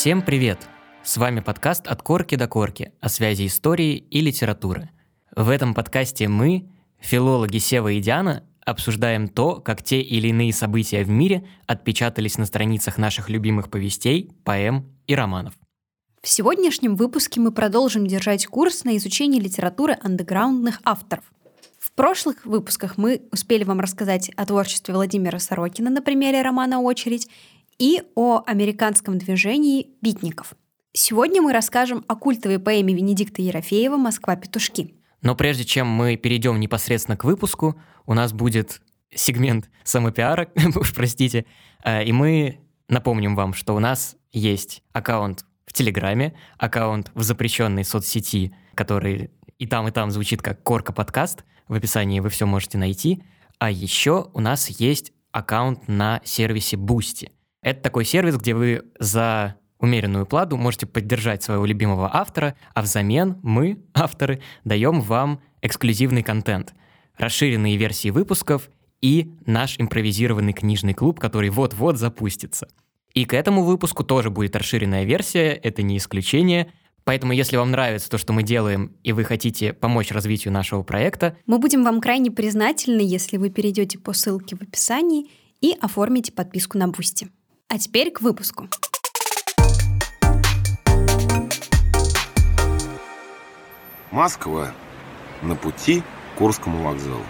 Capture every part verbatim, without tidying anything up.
Всем привет! С вами подкаст «От корки до корки» о связи истории и литературы. В этом подкасте мы, филологи Сева и Диана, обсуждаем то, как те или иные события в мире отпечатались на страницах наших любимых повестей, поэм и романов. В сегодняшнем выпуске мы продолжим держать курс на изучение литературы андеграундных авторов. В прошлых выпусках мы успели вам рассказать о творчестве Владимира Сорокина на примере романа «Очередь» и о американском движении битников. Сегодня мы расскажем о культовой поэме Венедикта Ерофеева «Москва-петушки». Но прежде чем мы перейдем непосредственно к выпуску, у нас будет сегмент самопиара, уж простите, и мы напомним вам, что у нас есть аккаунт в Телеграме, аккаунт в запрещенной соцсети, который и там, и там звучит как Корка подкаст. В описании вы все можете найти. А еще у нас есть аккаунт на сервисе Boosty. Это такой сервис, где вы за умеренную плату можете поддержать своего любимого автора, а взамен мы, авторы, даем вам эксклюзивный контент, расширенные версии выпусков и наш импровизированный книжный клуб, который вот-вот запустится. И к этому выпуску тоже будет расширенная версия, это не исключение. Поэтому, если вам нравится то, что мы делаем, и вы хотите помочь развитию нашего проекта, мы будем вам крайне признательны, если вы перейдете по ссылке в описании и оформите подписку на Boosty. А теперь к выпуску. Москва. На пути к Курскому вокзалу.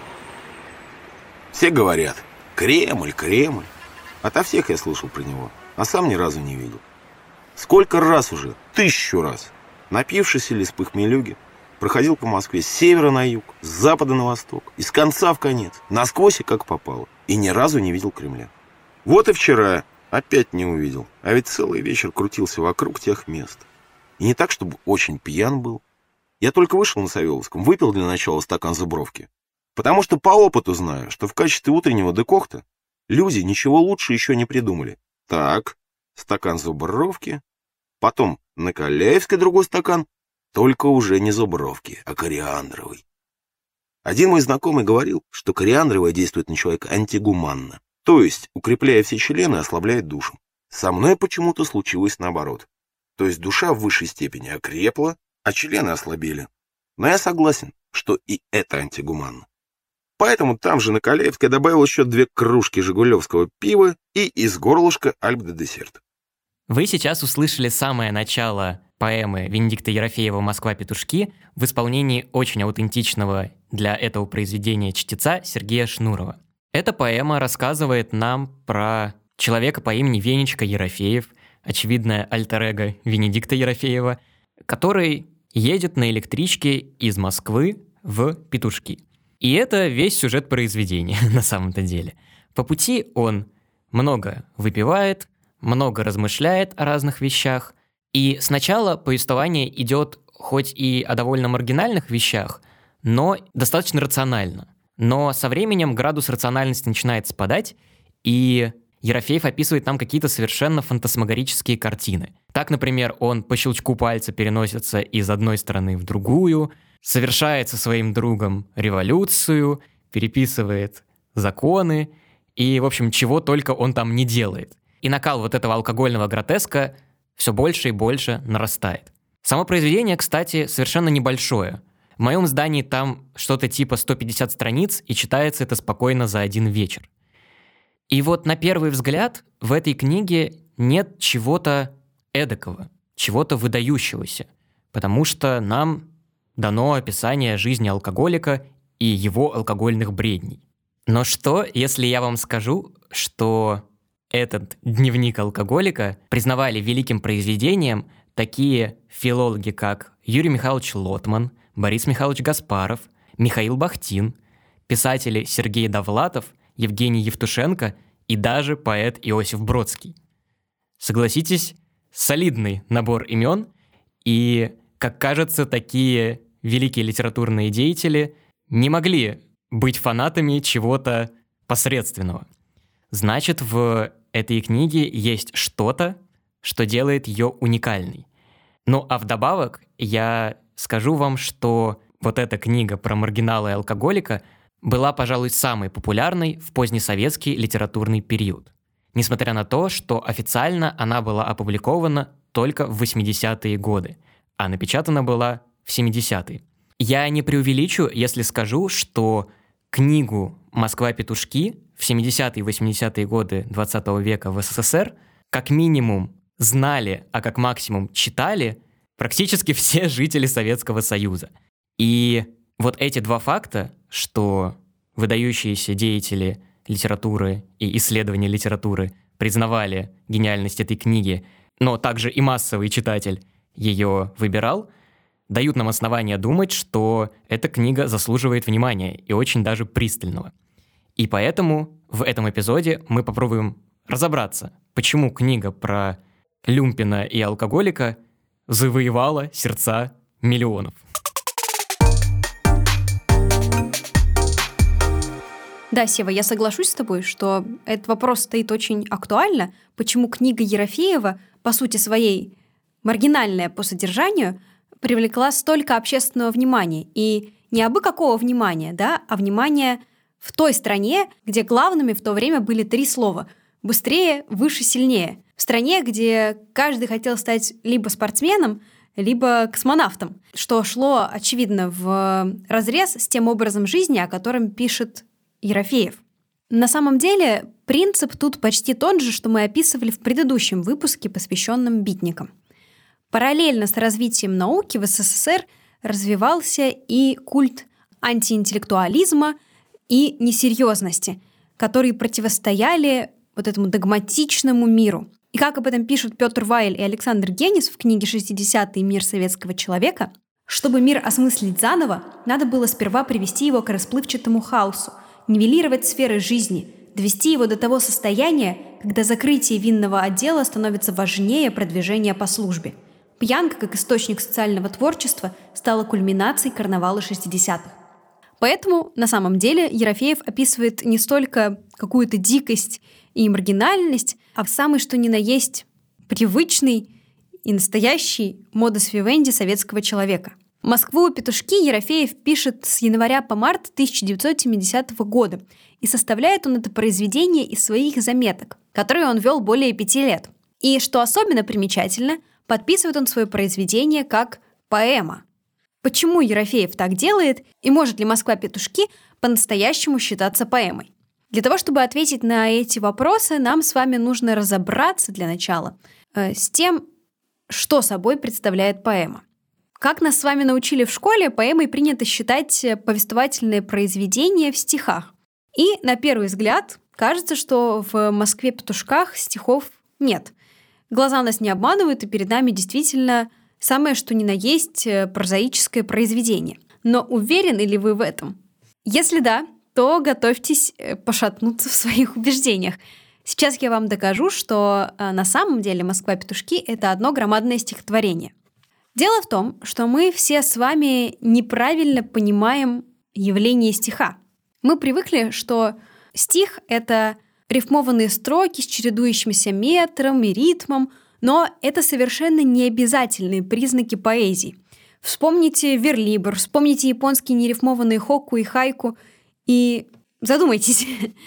Все говорят: Кремль, Кремль. Ото всех я слышал про него, а сам ни разу не видел. Сколько раз уже? Тысячу раз. Напившись или с похмелюги, проходил по Москве с севера на юг, с запада на восток, из конца в конец, насквозь и как попало. И ни разу не видел Кремля. Вот и вчера опять не увидел. А ведь целый вечер крутился вокруг тех мест. И не так, чтобы очень пьян был. Я только вышел на Савеловском, выпил для начала стакан зубровки. Потому что по опыту знаю, что в качестве утреннего декокта люди ничего лучше еще не придумали. Так, стакан зубровки, потом на Каляевской другой стакан, только уже не зубровки, а кориандровый. Один мой знакомый говорил, что кориандровая действует на человека антигуманно, то есть, укрепляя все члены, ослабляет душу. Со мной почему-то случилось наоборот. То есть душа в высшей степени окрепла, а члены ослабели. Но я согласен, что и это антигуманно. Поэтому там же на Каляевской добавил еще две кружки жигулевского пива и из горлышка альп-де-десерт. Вы сейчас услышали самое начало поэмы Венедикта Ерофеева «Москва-петушки» в исполнении очень аутентичного для этого произведения чтеца Сергея Шнурова. Эта поэма рассказывает нам про человека по имени Венечка Ерофеев, очевидное альтер-эго Венедикта Ерофеева, который едет на электричке из Москвы в Петушки. И это весь сюжет произведения на самом-то деле. По пути он много выпивает, много размышляет о разных вещах, и сначала повествование идет хоть и о довольно маргинальных вещах, но достаточно рационально. Но со временем градус рациональности начинает спадать, и Ерофеев описывает нам какие-то совершенно фантасмагорические картины. Так, например, он по щелчку пальца переносится из одной страны в другую, совершает со своим другом революцию, переписывает законы, и, в общем, чего только он там не делает. И накал вот этого алкогольного гротеска все больше и больше нарастает. Само произведение, кстати, совершенно небольшое. В моем издании там что-то типа сто пятьдесят страниц, и читается это спокойно за один вечер. И вот на первый взгляд в этой книге нет чего-то эдакого, чего-то выдающегося, потому что нам дано описание жизни алкоголика и его алкогольных бредней. Но что, если я вам скажу, что этот дневник алкоголика признавали великим произведением такие филологи, как Юрий Михайлович Лотман, Борис Михайлович Гаспаров, Михаил Бахтин, писатели Сергей Довлатов, Евгений Евтушенко и даже поэт Иосиф Бродский. Согласитесь, солидный набор имен, и, как кажется, такие великие литературные деятели не могли быть фанатами чего-то посредственного. Значит, в этой книге есть что-то, что делает ее уникальной. Ну а вдобавок я скажу вам, что вот эта книга про маргинала и алкоголика была, пожалуй, самой популярной в позднесоветский литературный период. Несмотря на то, что официально она была опубликована только в восьмидесятые годы, а напечатана была в семидесятые. Я не преувеличу, если скажу, что книгу «Москва-петушки» в семидесятые и восьмидесятые годы двадцатого века в СССР как минимум знали, а как максимум читали практически все жители Советского Союза. И вот эти два факта, что выдающиеся деятели литературы и исследования литературы признавали гениальность этой книги, но также и массовый читатель ее выбирал, дают нам основания думать, что эта книга заслуживает внимания и очень даже пристального. И поэтому в этом эпизоде мы попробуем разобраться, почему книга про люмпина и алкоголика завоевала сердца миллионов. Да, Сева, я соглашусь с тобой, что этот вопрос стоит очень актуально. Почему книга Ерофеева, по сути своей маргинальная по содержанию, привлекла столько общественного внимания. И не абы какого внимания, да, а внимания в той стране, где главными в то время были три слова – быстрее, выше, сильнее. В стране, где каждый хотел стать либо спортсменом, либо космонавтом, что шло, очевидно, в разрез с тем образом жизни, о котором пишет Ерофеев. На самом деле принцип тут почти тот же, что мы описывали в предыдущем выпуске, посвященном битникам. Параллельно с развитием науки в СССР развивался и культ антиинтеллектуализма и несерьезности, которые противостояли вот этому догматичному миру. И как об этом пишут Петр Вайль и Александр Генис в книге «шестидесятые. Мир советского человека», чтобы мир осмыслить заново, надо было сперва привести его к расплывчатому хаосу, нивелировать сферы жизни, довести его до того состояния, когда закрытие винного отдела становится важнее продвижения по службе. Пьянка, как источник социального творчества, стала кульминацией карнавала шестидесятых. Поэтому, на самом деле, Ерофеев описывает не столько какую-то дикость и маргинальность, а в самый что ни на есть привычный и настоящий модус вивенди советского человека. «Москву-петушки» Ерофеев пишет с января по март тысяча девятьсот семидесятого года, и составляет он это произведение из своих заметок, которые он вел более пяти лет. И, что особенно примечательно, подписывает он свое произведение как поэма. Почему Ерофеев так делает, и может ли «Москва-петушки» по-настоящему считаться поэмой? Для того, чтобы ответить на эти вопросы, нам с вами нужно разобраться для начала э, с тем, что собой представляет поэма. Как нас с вами научили в школе, поэмой принято считать повествовательные произведения в стихах. И, на первый взгляд, кажется, что в «Москве-петушках» стихов нет. Глаза нас не обманывают, и перед нами действительно самое что ни на есть прозаическое произведение. Но уверены ли вы в этом? Если да, то готовьтесь пошатнуться в своих убеждениях. Сейчас я вам докажу, что на самом деле «Москва-петушки» — это одно громадное стихотворение. Дело в том, что мы все с вами неправильно понимаем явление стиха. Мы привыкли, что стих — это рифмованные строки с чередующимся метром и ритмом, но это совершенно не обязательные признаки поэзии. Вспомните верлибр, вспомните японские нерифмованные хокку и хайку и задумайтесь.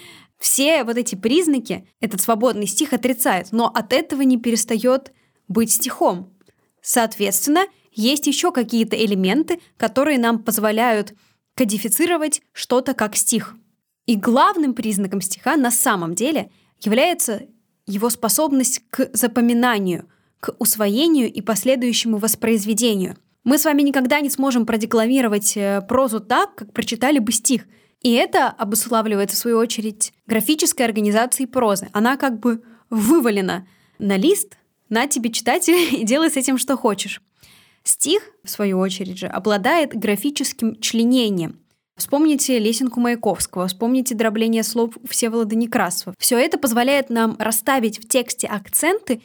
Все вот эти признаки этот свободный стих отрицает, но от этого не перестает быть стихом. Соответственно, есть еще какие-то элементы, которые нам позволяют кодифицировать что-то как стих. И главным признаком стиха на самом деле является его способность к запоминанию, к усвоению и последующему воспроизведению. Мы с вами никогда не сможем продекламировать прозу так, как прочитали бы стих. И это обуславливается, в свою очередь, графической организацией прозы. Она как бы вывалена на лист, на тебе, читатель, и делай с этим, что хочешь. Стих, в свою очередь же, обладает графическим членением. Вспомните лесенку Маяковского, вспомните дробление слов Всеволода Некрасова. Все это позволяет нам расставить в тексте акценты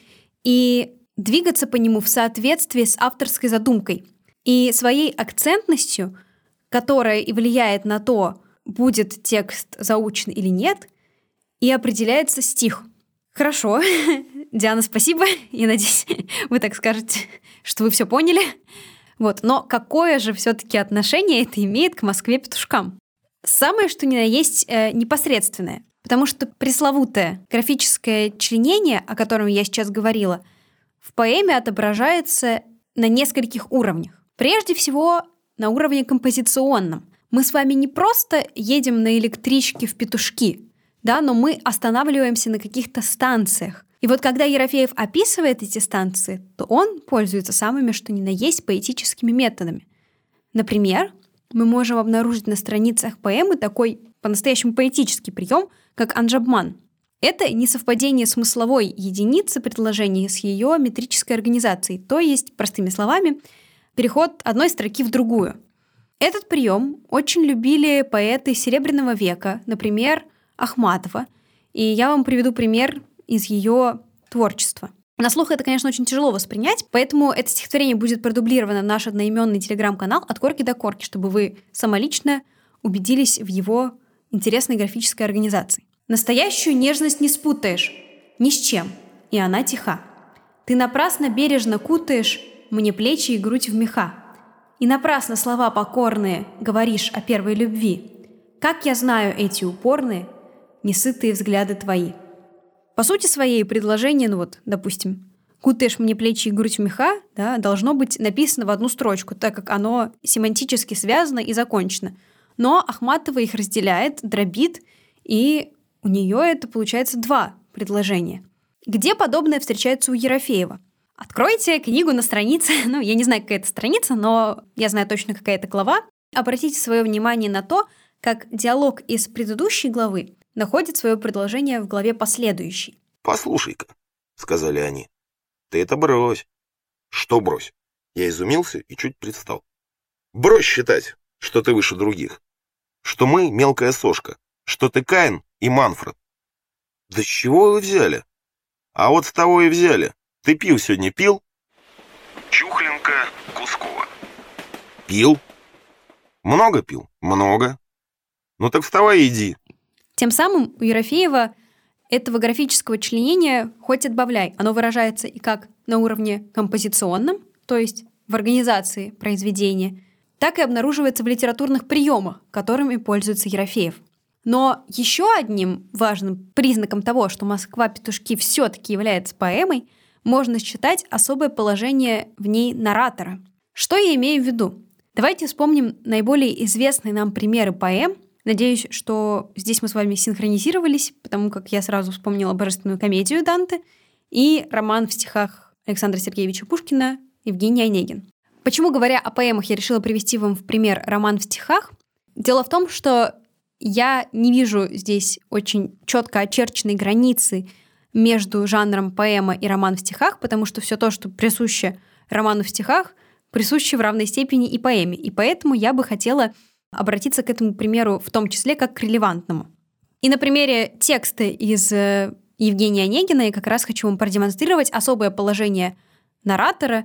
и двигаться по нему в соответствии с авторской задумкой. И своей акцентностью, которая и влияет на то, будет текст заучен или нет, и определяется стих. Хорошо. Диана, спасибо. Я надеюсь, вы так скажете, что вы все поняли. Вот. Но какое же все-таки отношение это имеет к Москве-петушкам? Самое, что ни на есть, э, непосредственное. Потому что пресловутое графическое членение, о котором я сейчас говорила, в поэме отображается на нескольких уровнях. Прежде всего, на уровне композиционном. Мы с вами не просто едем на электричке в Петушки, да, но мы останавливаемся на каких-то станциях. И вот когда Ерофеев описывает эти станции, то он пользуется самыми что ни на есть поэтическими методами. Например, мы можем обнаружить на страницах поэмы такой по-настоящему поэтический прием, как анджабман. Это несовпадение смысловой единицы предложения с ее метрической организацией, то есть, простыми словами, переход одной строки в другую. Этот прием очень любили поэты Серебряного века, например, Ахматова, и я вам приведу пример из ее творчества. На слух это, конечно, очень тяжело воспринять, поэтому это стихотворение будет продублировано в наш одноименный телеграм-канал «От корки до корки», чтобы вы самолично убедились в его интересной графической организации. «Настоящую нежность не спутаешь ни с чем, и она тиха. Ты напрасно бережно кутаешь мне плечи и грудь в меха. И напрасно слова покорные говоришь о первой любви. Как я знаю эти упорные, несытые взгляды твои». По сути своей предложение, ну вот, допустим, «кутаешь мне плечи и грудь в меха», да, должно быть написано в одну строчку, так как оно семантически связано и закончено. Но Ахматова их разделяет, дробит, и у нее это получается два предложения. Где подобное встречается у Ерофеева? Откройте книгу на странице, ну, я не знаю, какая это страница, но я знаю точно, какая это глава. Обратите свое внимание на то, как диалог из предыдущей главы находит свое предложение в главе последующей. «Послушай-ка», — сказали они, — «ты это брось». «Что брось?» Я изумился и чуть привстал. «Брось считать, что ты выше других, что мы мелкая сошка, что ты Каин и Манфред». «Да с чего вы взяли?» «А вот с того и взяли. Ты пил сегодня, пил?» Чухленко, Кускова. «Пил?» «Много пил?» «Много». «Ну так вставай и иди». Тем самым у Ерофеева этого графического членения хоть отбавляй. Оно выражается и как на уровне композиционном, то есть в организации произведения, так и обнаруживается в литературных приемах, которыми пользуется Ерофеев. Но еще одним важным признаком того, что «Москва-петушки» все-таки является поэмой, можно считать особое положение в ней наратора. Что я имею в виду? Давайте вспомним наиболее известные нам примеры поэм. Надеюсь, что здесь мы с вами синхронизировались, потому как я сразу вспомнила «Божественную комедию» Данте и роман в стихах Александра Сергеевича Пушкина «Евгений Онегин». Почему, говоря о поэмах, я решила привести вам в пример роман в стихах? Дело в том, что я не вижу здесь очень четко очерченной границы между жанром поэма и роман в стихах, потому что все то, что присуще роману в стихах, присуще в равной степени и поэме. И поэтому я бы хотела обратиться к этому примеру в том числе как к релевантному. И на примере текста из Евгения Онегина я как раз хочу вам продемонстрировать особое положение наратора,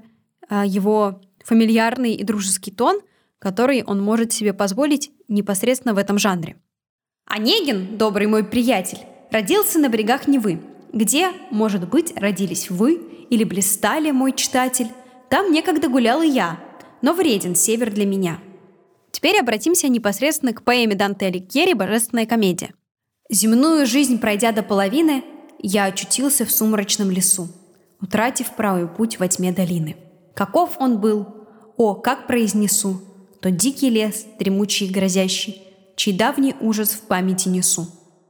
его фамильярный и дружеский тон, который он может себе позволить непосредственно в этом жанре. «Онегин, добрый мой приятель, родился на берегах Невы, где, может быть, родились вы или блистали, мой читатель. Там некогда гулял и я, но вреден север для меня». Теперь обратимся непосредственно к поэме Данте Алигьери «Божественная комедия». «Земную жизнь пройдя до половины, я очутился в сумрачном лесу, утратив правый путь во тьме долины. Каков он был, о, как произнесу, тот дикий лес, дремучий и грозящий, чей давний ужас в памяти несу».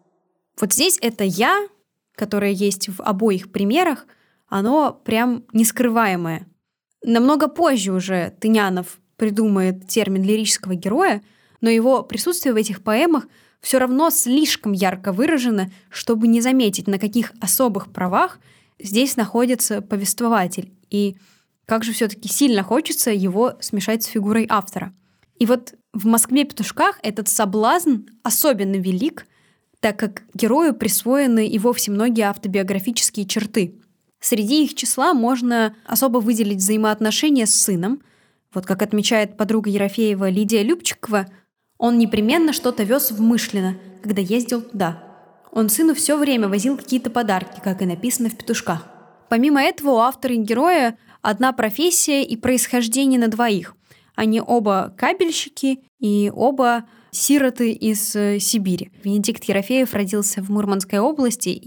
Вот здесь это «я», которое есть в обоих примерах, оно прям нескрываемое. Намного позже уже Тынянов придумает термин лирического героя, но его присутствие в этих поэмах все равно слишком ярко выражено, чтобы не заметить, на каких особых правах здесь находится повествователь. И как же все-таки сильно хочется его смешать с фигурой автора. И вот в «Москве-петушках» этот соблазн особенно велик, так как герою присвоены и вовсе многие автобиографические черты. Среди их числа можно особо выделить взаимоотношения с сыном. Вот как отмечает подруга Ерофеева Лидия Любчикова, он непременно что-то вез в Мышлино, когда ездил туда. Он сыну все время возил какие-то подарки, как и написано в «Петушках». Помимо этого, у автора и героя одна профессия и происхождение на двоих. Они оба кабельщики и оба сироты из Сибири. Венедикт Ерофеев родился в Мурманской области и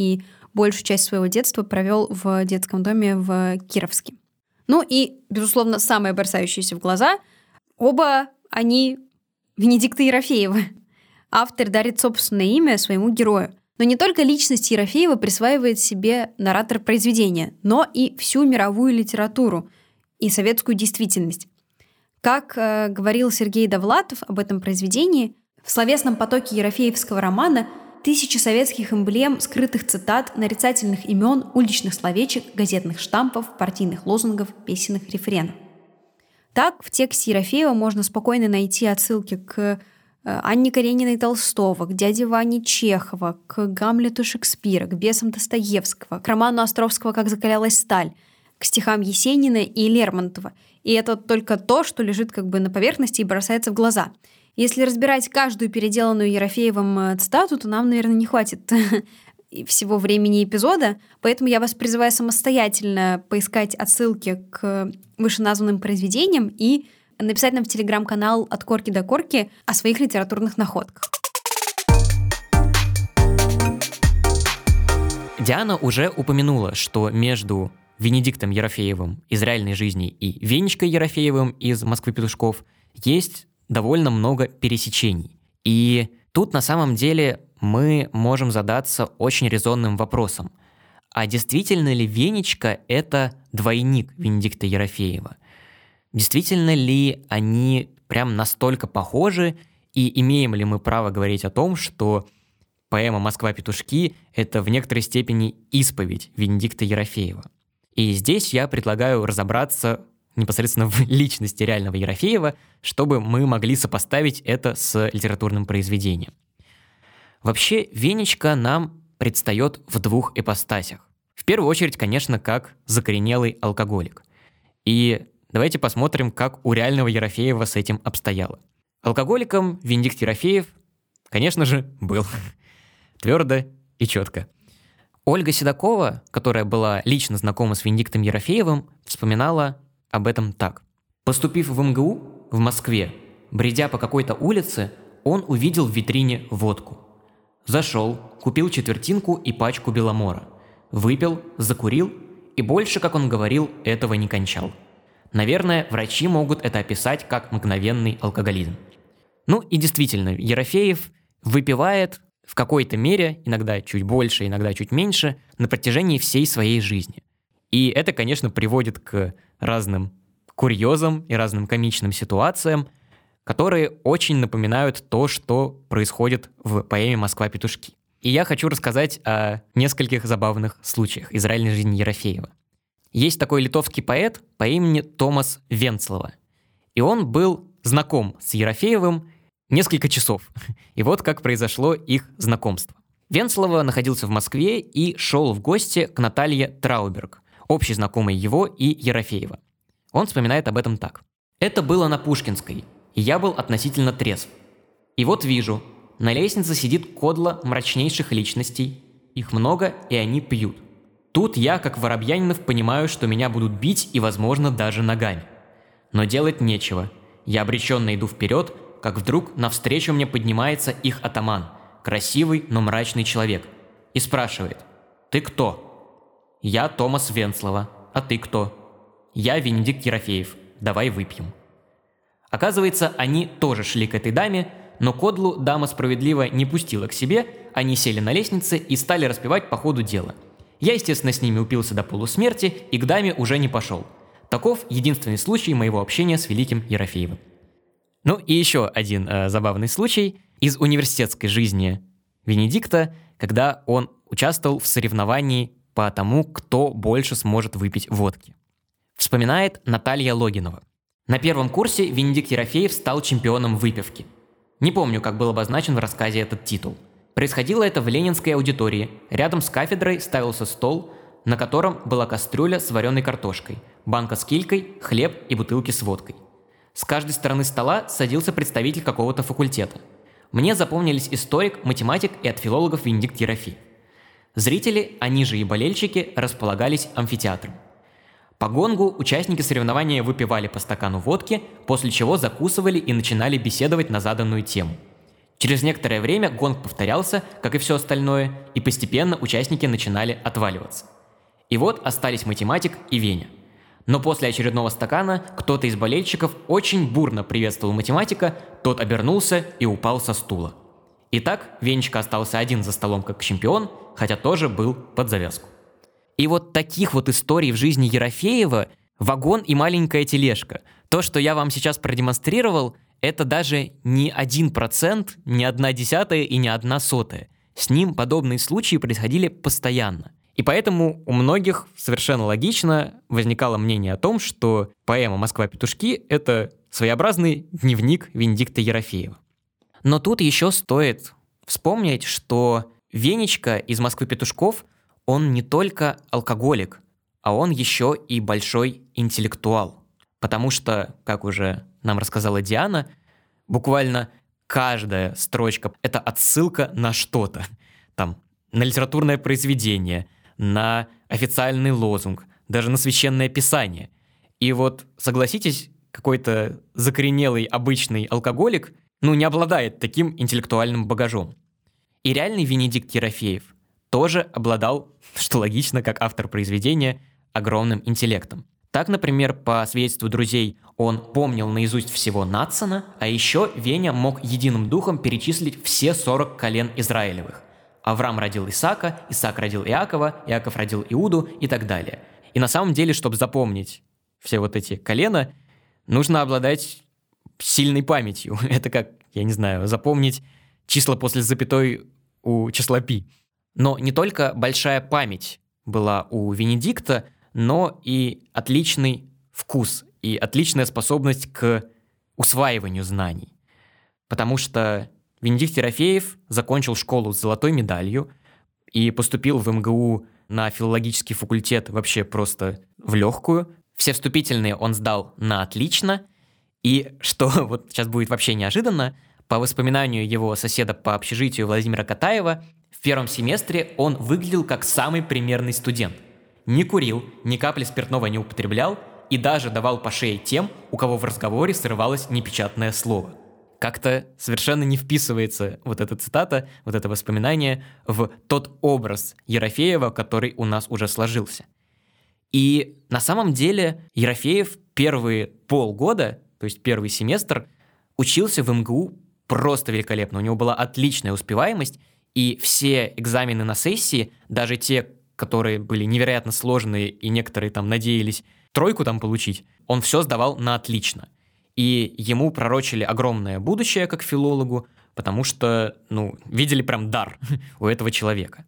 большую часть своего детства провел в детском доме в Кировске. Ну и, безусловно, самое бросающееся в глаза — оба они Венедикта Ерофеева. Автор дарит собственное имя своему герою. Но не только личность Ерофеева присваивает себе наратор произведения, но и всю мировую литературу и советскую действительность. Как э, говорил Сергей Довлатов об этом произведении, в словесном потоке ерофеевского романа тысячи советских эмблем, скрытых цитат, нарицательных имен, уличных словечек, газетных штампов, партийных лозунгов, песенных рефренов. Так, в тексте Ерофеева можно спокойно найти отсылки к Анне Карениной Толстого, к дяде Ване Чехова, к Гамлету Шекспира, к бесам Достоевского, к роману Островского «Как закалялась сталь», к стихам Есенина и Лермонтова. И это только то, что лежит как бы на поверхности и бросается в глаза. Если разбирать каждую переделанную Ерофеевым цитату, то нам, наверное, не хватит всего времени эпизода, поэтому я вас призываю самостоятельно поискать отсылки к вышеназванным произведениям и написать нам в телеграм-канал «От корки до корки» о своих литературных находках. Диана уже упомянула, что между Венедиктом Ерофеевым из реальной жизни и Венечкой Ерофеевым из «Москвы-петушков» есть довольно много пересечений. И тут на самом деле мы можем задаться очень резонным вопросом. А действительно ли Венечка — это двойник Венедикта Ерофеева? Действительно ли они прям настолько похожи, и имеем ли мы право говорить о том, что поэма «Москва-петушки» — это в некоторой степени исповедь Венедикта Ерофеева? И здесь я предлагаю разобраться непосредственно в личности реального Ерофеева, чтобы мы могли сопоставить это с литературным произведением. Вообще, Венечка нам предстает в двух ипостасях. В первую очередь, конечно, как закоренелый алкоголик. И давайте посмотрим, как у реального Ерофеева с этим обстояло. Алкоголиком Венедикт Ерофеев, конечно же, был. Твердо и четко. Ольга Седокова, которая была лично знакома с Венедиктом Ерофеевым, вспоминала об этом так. Поступив в эм гэ у в Москве, бредя по какой-то улице, он увидел в витрине водку. Зашел, купил четвертинку и пачку беломора. Выпил, закурил и больше, как он говорил, этого не кончал. Наверное, врачи могут это описать как мгновенный алкоголизм. Ну и действительно, Ерофеев выпивает в какой-то мере, иногда чуть больше, иногда чуть меньше, на протяжении всей своей жизни. И это, конечно, приводит к разным курьезам и разным комичным ситуациям, которые очень напоминают то, что происходит в поэме «Москва-петушки». И я хочу рассказать о нескольких забавных случаях из реальной жизни Ерофеева. Есть такой литовский поэт по имени Томас Венцлова. И он был знаком с Ерофеевым несколько часов. И вот как произошло их знакомство. Венцлова находился в Москве и шел в гости к Наталье Трауберг, общей знакомой его и Ерофеева. Он вспоминает об этом так. «Это было на Пушкинской, и я был относительно трезв. И вот вижу, на лестнице сидит кодло мрачнейших личностей. Их много, и они пьют. Тут я, как Воробьянинов, понимаю, что меня будут бить и, возможно, даже ногами. Но делать нечего. Я обреченно иду вперед, как вдруг навстречу мне поднимается их атаман, красивый, но мрачный человек, и спрашивает: «Ты кто?» «Я Томас Венцлова. А ты кто?» «Я Венедикт Ерофеев. Давай выпьем». Оказывается, они тоже шли к этой даме, но кодлу дама справедливо не пустила к себе, они сели на лестнице и стали распевать по ходу дела. Я, естественно, с ними упился до полусмерти и к даме уже не пошел. Таков единственный случай моего общения с великим Ерофеевым. Ну и еще один э, забавный случай из университетской жизни Венедикта, когда он участвовал в соревновании по тому, кто больше сможет выпить водки. Вспоминает Наталья Логинова. На первом курсе Венедикт Ерофеев стал чемпионом выпивки. Не помню, как был обозначен в рассказе этот титул. Происходило это в Ленинской аудитории. Рядом с кафедрой ставился стол, на котором была кастрюля с вареной картошкой, банка с килькой, хлеб и бутылки с водкой. С каждой стороны стола садился представитель какого-то факультета. Мне запомнились историк, математик и от филологов Венедикт Ерофеев. Зрители, они же и болельщики, располагались амфитеатром. По гонгу участники соревнования выпивали по стакану водки, после чего закусывали и начинали беседовать на заданную тему. Через некоторое время гонг повторялся, как и все остальное, и постепенно участники начинали отваливаться. И вот остались математик и Веня. Но после очередного стакана кто-то из болельщиков очень бурно приветствовал математика, тот обернулся и упал со стула. Итак, Венечка остался один за столом как чемпион, хотя тоже был под завязку. И вот таких вот историй в жизни Ерофеева вагон и маленькая тележка. То, что я вам сейчас продемонстрировал, это даже не один процент, не одна десятая и не одна сотая. С ним подобные случаи происходили постоянно. И поэтому у многих совершенно логично возникало мнение о том, что поэма «Москва-петушки» — это своеобразный дневник Венедикта Ерофеева. Но тут еще стоит вспомнить, что Венечка из «Москвы-петушков» он не только алкоголик, а он еще и большой интеллектуал. Потому что, как уже нам рассказала Диана, буквально каждая строчка — это отсылка на что-то. Там, на литературное произведение, на официальный лозунг, даже на священное писание. И вот, согласитесь, какой-то закоренелый обычный алкоголик, ну, не обладает таким интеллектуальным багажом. И реальный Венедикт Ерофеев тоже обладал, что логично, как автор произведения, огромным интеллектом. Так, например, по свидетельству друзей, он помнил наизусть всего Надсона, а еще Веня мог единым духом перечислить все сорок колен Израилевых. Авраам родил Исаака, Исаак родил Иакова, Иаков родил Иуду и так далее. И на самом деле, чтобы запомнить все вот эти колена, нужно обладать сильной памятью. Это как, я не знаю, запомнить числа после запятой у числа пи. Но не только большая память была у Венедикта, но и отличный вкус и отличная способность к усваиванию знаний. Потому что Венедикт Ерофеев закончил школу с золотой медалью и поступил в эм гэ у на филологический факультет вообще просто в легкую. Все вступительные он сдал на отлично. И что вот сейчас будет вообще неожиданно, по воспоминанию его соседа по общежитию Владимира Катаева, в первом семестре он выглядел как самый примерный студент. Не курил, ни капли спиртного не употреблял и даже давал по шее тем, у кого в разговоре срывалось непечатное слово. Как-то совершенно не вписывается вот эта цитата, вот это воспоминание в тот образ Ерофеева, который у нас уже сложился. И на самом деле Ерофеев первые полгода, то есть первый семестр, учился в эм гэ у просто великолепно. У него была отличная успеваемость, и все экзамены на сессии, даже те, которые были невероятно сложные, и некоторые там надеялись тройку там получить, он все сдавал на отлично. И ему пророчили огромное будущее как филологу, потому что, ну, видели прям дар у этого человека.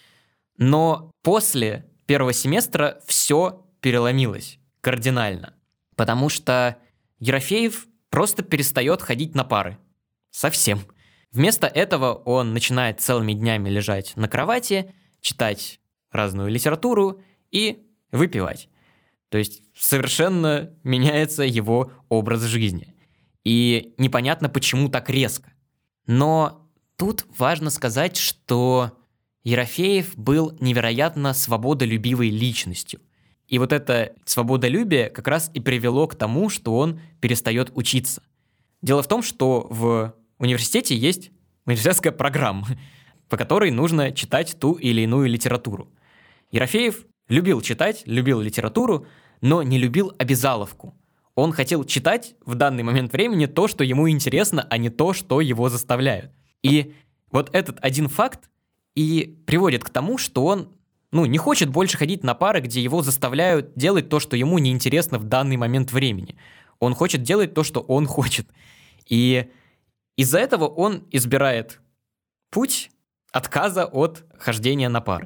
Но после первого семестра все переломилось кардинально, потому что Ерофеев просто перестает ходить на пары. Совсем. Вместо этого он начинает целыми днями лежать на кровати, читать разную литературу и выпивать. То есть совершенно меняется его образ жизни. И непонятно, почему так резко. Но тут важно сказать, что Ерофеев был невероятно свободолюбивой личностью. И вот это свободолюбие как раз и привело к тому, что он перестает учиться. Дело в том, что в университете есть университетская программа, по которой нужно читать ту или иную литературу. Ерофеев любил читать, любил литературу, но не любил обязаловку. Он хотел читать в данный момент времени то, что ему интересно, а не то, что его заставляют. И вот этот один факт и приводит к тому, что он ну, не хочет больше ходить на пары, где его заставляют делать то, что ему неинтересно в данный момент времени. Он хочет делать то, что он хочет. И из-за этого он избирает путь отказа от хождения на пары.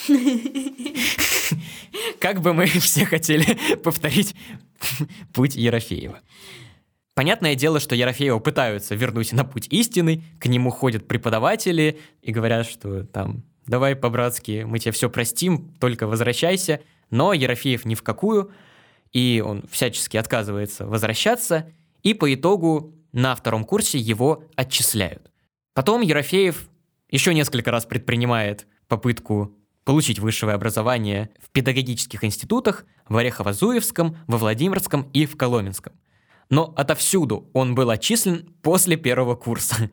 Как бы мы все хотели повторить путь Ерофеева. Понятное дело, что Ерофеева пытаются вернуть на путь истины, к нему ходят преподаватели и говорят, что там, давай по-братски, мы тебе все простим, только возвращайся. Но Ерофеев ни в какую, и он всячески отказывается возвращаться, и по итогу на втором курсе его отчисляют. Потом Ерофеев еще несколько раз предпринимает попытку получить высшее образование в педагогических институтах в Орехово-Зуевском, во Владимирском и в Коломенском. Но отовсюду он был отчислен после первого курса.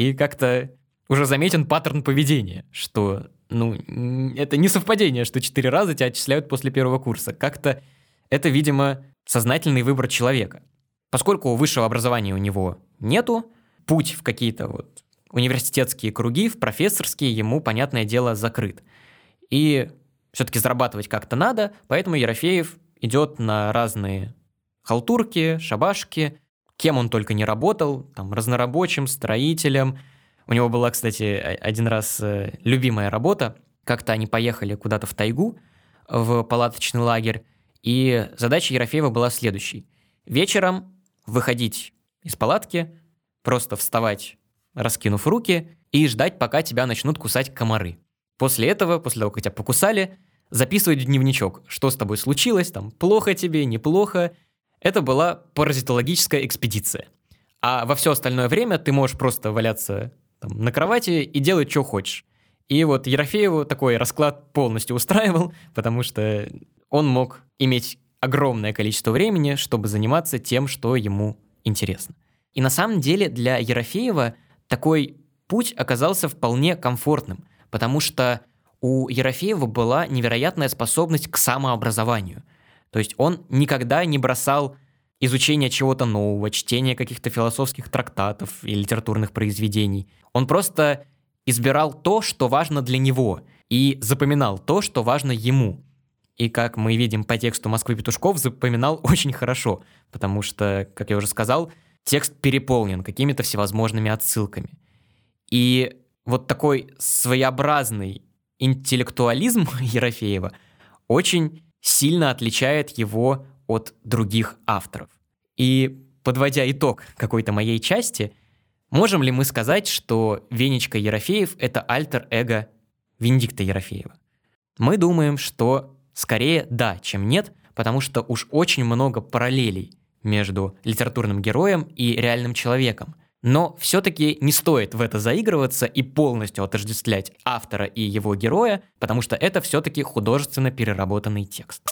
И как-то уже заметен паттерн поведения, что, ну, это не совпадение, что четыре раза тебя отчисляют после первого курса. Как-то это, видимо, сознательный выбор человека. Поскольку высшего образования у него нету, путь в какие-то вот университетские круги, в профессорские ему, понятное дело, закрыт. И все-таки зарабатывать как-то надо, поэтому Ерофеев идет на разные халтурки, шабашки, кем он только не работал, там, разнорабочим, строителем. У него была, кстати, один раз любимая работа. Как-то они поехали куда-то в тайгу, в палаточный лагерь, и задача Ерофеева была следующей. Вечером выходить из палатки, просто вставать, раскинув руки, и ждать, пока тебя начнут кусать комары. После этого, после того, как тебя покусали, записывать в дневничок, что с тобой случилось, там, плохо тебе, неплохо. Это была паразитологическая экспедиция. А во все остальное время ты можешь просто валяться там, на кровати и делать, что хочешь. И вот Ерофееву такой расклад полностью устраивал, потому что он мог иметь огромное количество времени, чтобы заниматься тем, что ему интересно. И на самом деле для Ерофеева такой путь оказался вполне комфортным, потому что у Ерофеева была невероятная способность к самообразованию. То есть он никогда не бросал изучение чего-то нового, чтение каких-то философских трактатов и литературных произведений. Он просто избирал то, что важно для него, и запоминал то, что важно ему. И, как мы видим по тексту «Москвы петушков», запоминал очень хорошо, потому что, как я уже сказал, текст переполнен какими-то всевозможными отсылками. И вот такой своеобразный интеллектуализм Ерофеева очень сильно отличает его от других авторов. И, подводя итог какой-то моей части, можем ли мы сказать, что Венечка Ерофеев — это альтер-эго Венедикта Ерофеева? Мы думаем, что скорее да, чем нет, потому что уж очень много параллелей между литературным героем и реальным человеком. Но все-таки не стоит в это заигрываться и полностью отождествлять автора и его героя, потому что это все-таки художественно переработанный текст.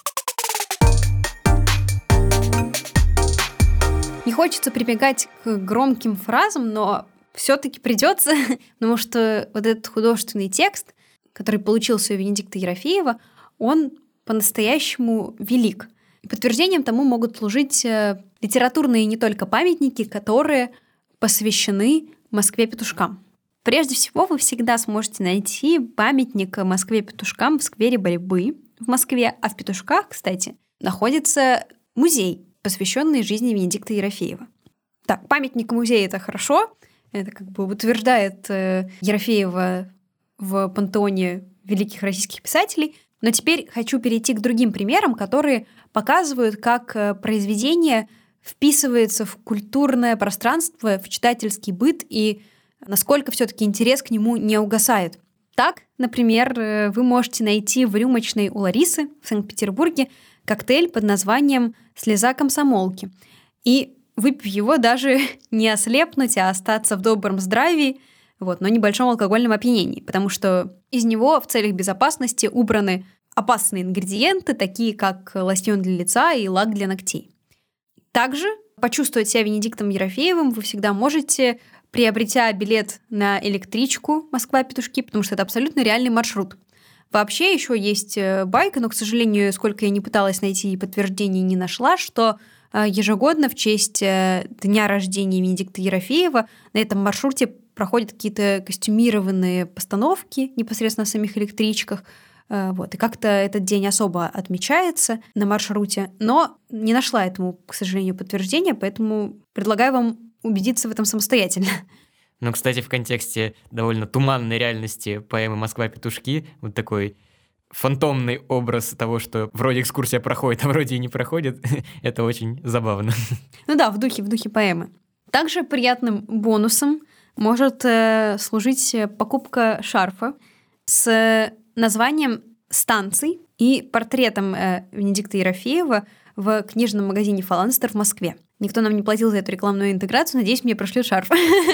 Не хочется прибегать к громким фразам, но все-таки придется, потому что вот этот художественный текст, который получился у Венедикта Ерофеева, он по-настоящему велик. И подтверждением тому могут служить литературные не только памятники, которые посвящены Москве-петушкам. Прежде всего, вы всегда сможете найти памятник Москве-петушкам в сквере Борьбы в Москве, а в Петушках, кстати, находится музей, посвященный жизни Венедикта Ерофеева. Так, памятник музея — это хорошо, это как бы утверждает э, Ерофеева в пантеоне великих российских писателей, но теперь хочу перейти к другим примерам, которые показывают, как произведение вписывается в культурное пространство, в читательский быт и насколько все-таки интерес к нему не угасает. Так, например, вы можете найти в рюмочной у Ларисы в Санкт-Петербурге коктейль под названием «Слеза комсомолки». И, выпив его, даже не ослепнуть, а остаться в добром здравии, вот, но небольшом алкогольном опьянении, потому что из него в целях безопасности убраны опасные ингредиенты, такие как лосьон для лица и лак для ногтей. Также почувствовать себя Венедиктом Ерофеевым вы всегда можете, приобретя билет на электричку Москва-Петушки, потому что это абсолютно реальный маршрут. Вообще еще есть байка, но, к сожалению, сколько я не пыталась найти подтверждений, не нашла, что ежегодно в честь дня рождения Венедикта Ерофеева на этом маршруте проходят какие-то костюмированные постановки непосредственно в самих электричках. Вот. И как-то этот день особо отмечается на маршруте, но не нашла этому, к сожалению, подтверждения, поэтому предлагаю вам убедиться в этом самостоятельно. Ну, кстати, в контексте довольно туманной реальности поэмы «Москва-петушки» вот такой фантомный образ того, что вроде экскурсия проходит, а вроде и не проходит, это очень забавно. Ну да, в духе, в духе поэмы. Также приятным бонусом может э, служить покупка шарфа с названием «Станций» и портретом э, Венедикта Ерофеева в книжном магазине «Фаланстер» в Москве. Никто нам не платил за эту рекламную интеграцию, надеюсь, мне пришлют шарф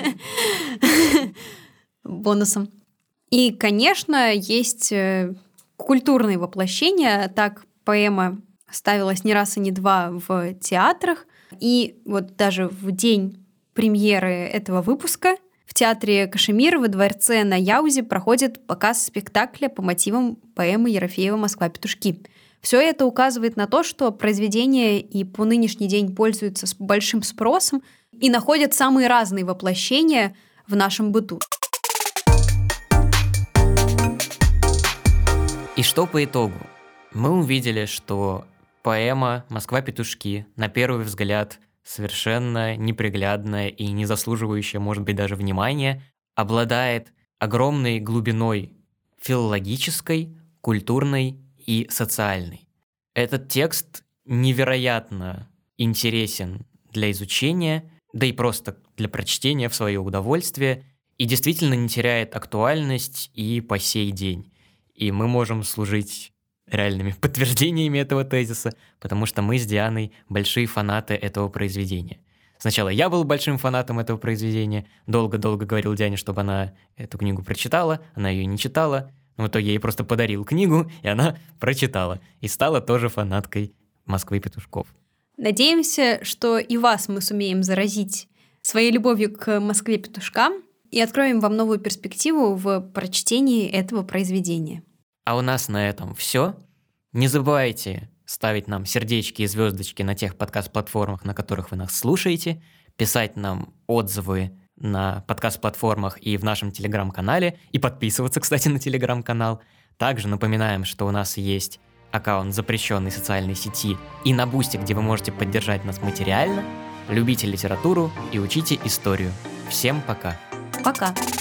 бонусом. И, конечно, есть культурные воплощения. Так поэма ставилась не раз и не два в театрах. И вот даже в день премьеры этого выпуска в театре Кашемир во дворце на Яузе проходит показ спектакля по мотивам поэмы Ерофеева «Москва-петушки». Все это указывает на то, что произведение и по нынешний день пользуются большим спросом и находят самые разные воплощения в нашем быту. И что по итогу? Мы увидели, что поэма «Москва-петушки» на первый взгляд совершенно неприглядная и не заслуживающая, может быть, даже внимания, обладает огромной глубиной филологической, культурной и социальной. Этот текст невероятно интересен для изучения, да и просто для прочтения в свое удовольствие, и действительно не теряет актуальность и по сей день. И мы можем служить реальными подтверждениями этого тезиса, потому что мы с Дианой большие фанаты этого произведения. Сначала я был большим фанатом этого произведения, долго-долго говорил Диане, чтобы она эту книгу прочитала, она ее не читала, но в итоге я ей просто подарил книгу, и она прочитала, и стала тоже фанаткой «Москвы и петушков». Надеемся, что и вас мы сумеем заразить своей любовью к «Москве петушкам» и откроем вам новую перспективу в прочтении этого произведения. А у нас на этом все. Не забывайте ставить нам сердечки и звездочки на тех подкаст-платформах, на которых вы нас слушаете, писать нам отзывы на подкаст-платформах и в нашем телеграм-канале, и подписываться, кстати, на телеграм-канал. Также напоминаем, что у нас есть аккаунт запрещенной социальной сети и на Бусти, где вы можете поддержать нас материально. Любите литературу и учите историю. Всем пока! Пока!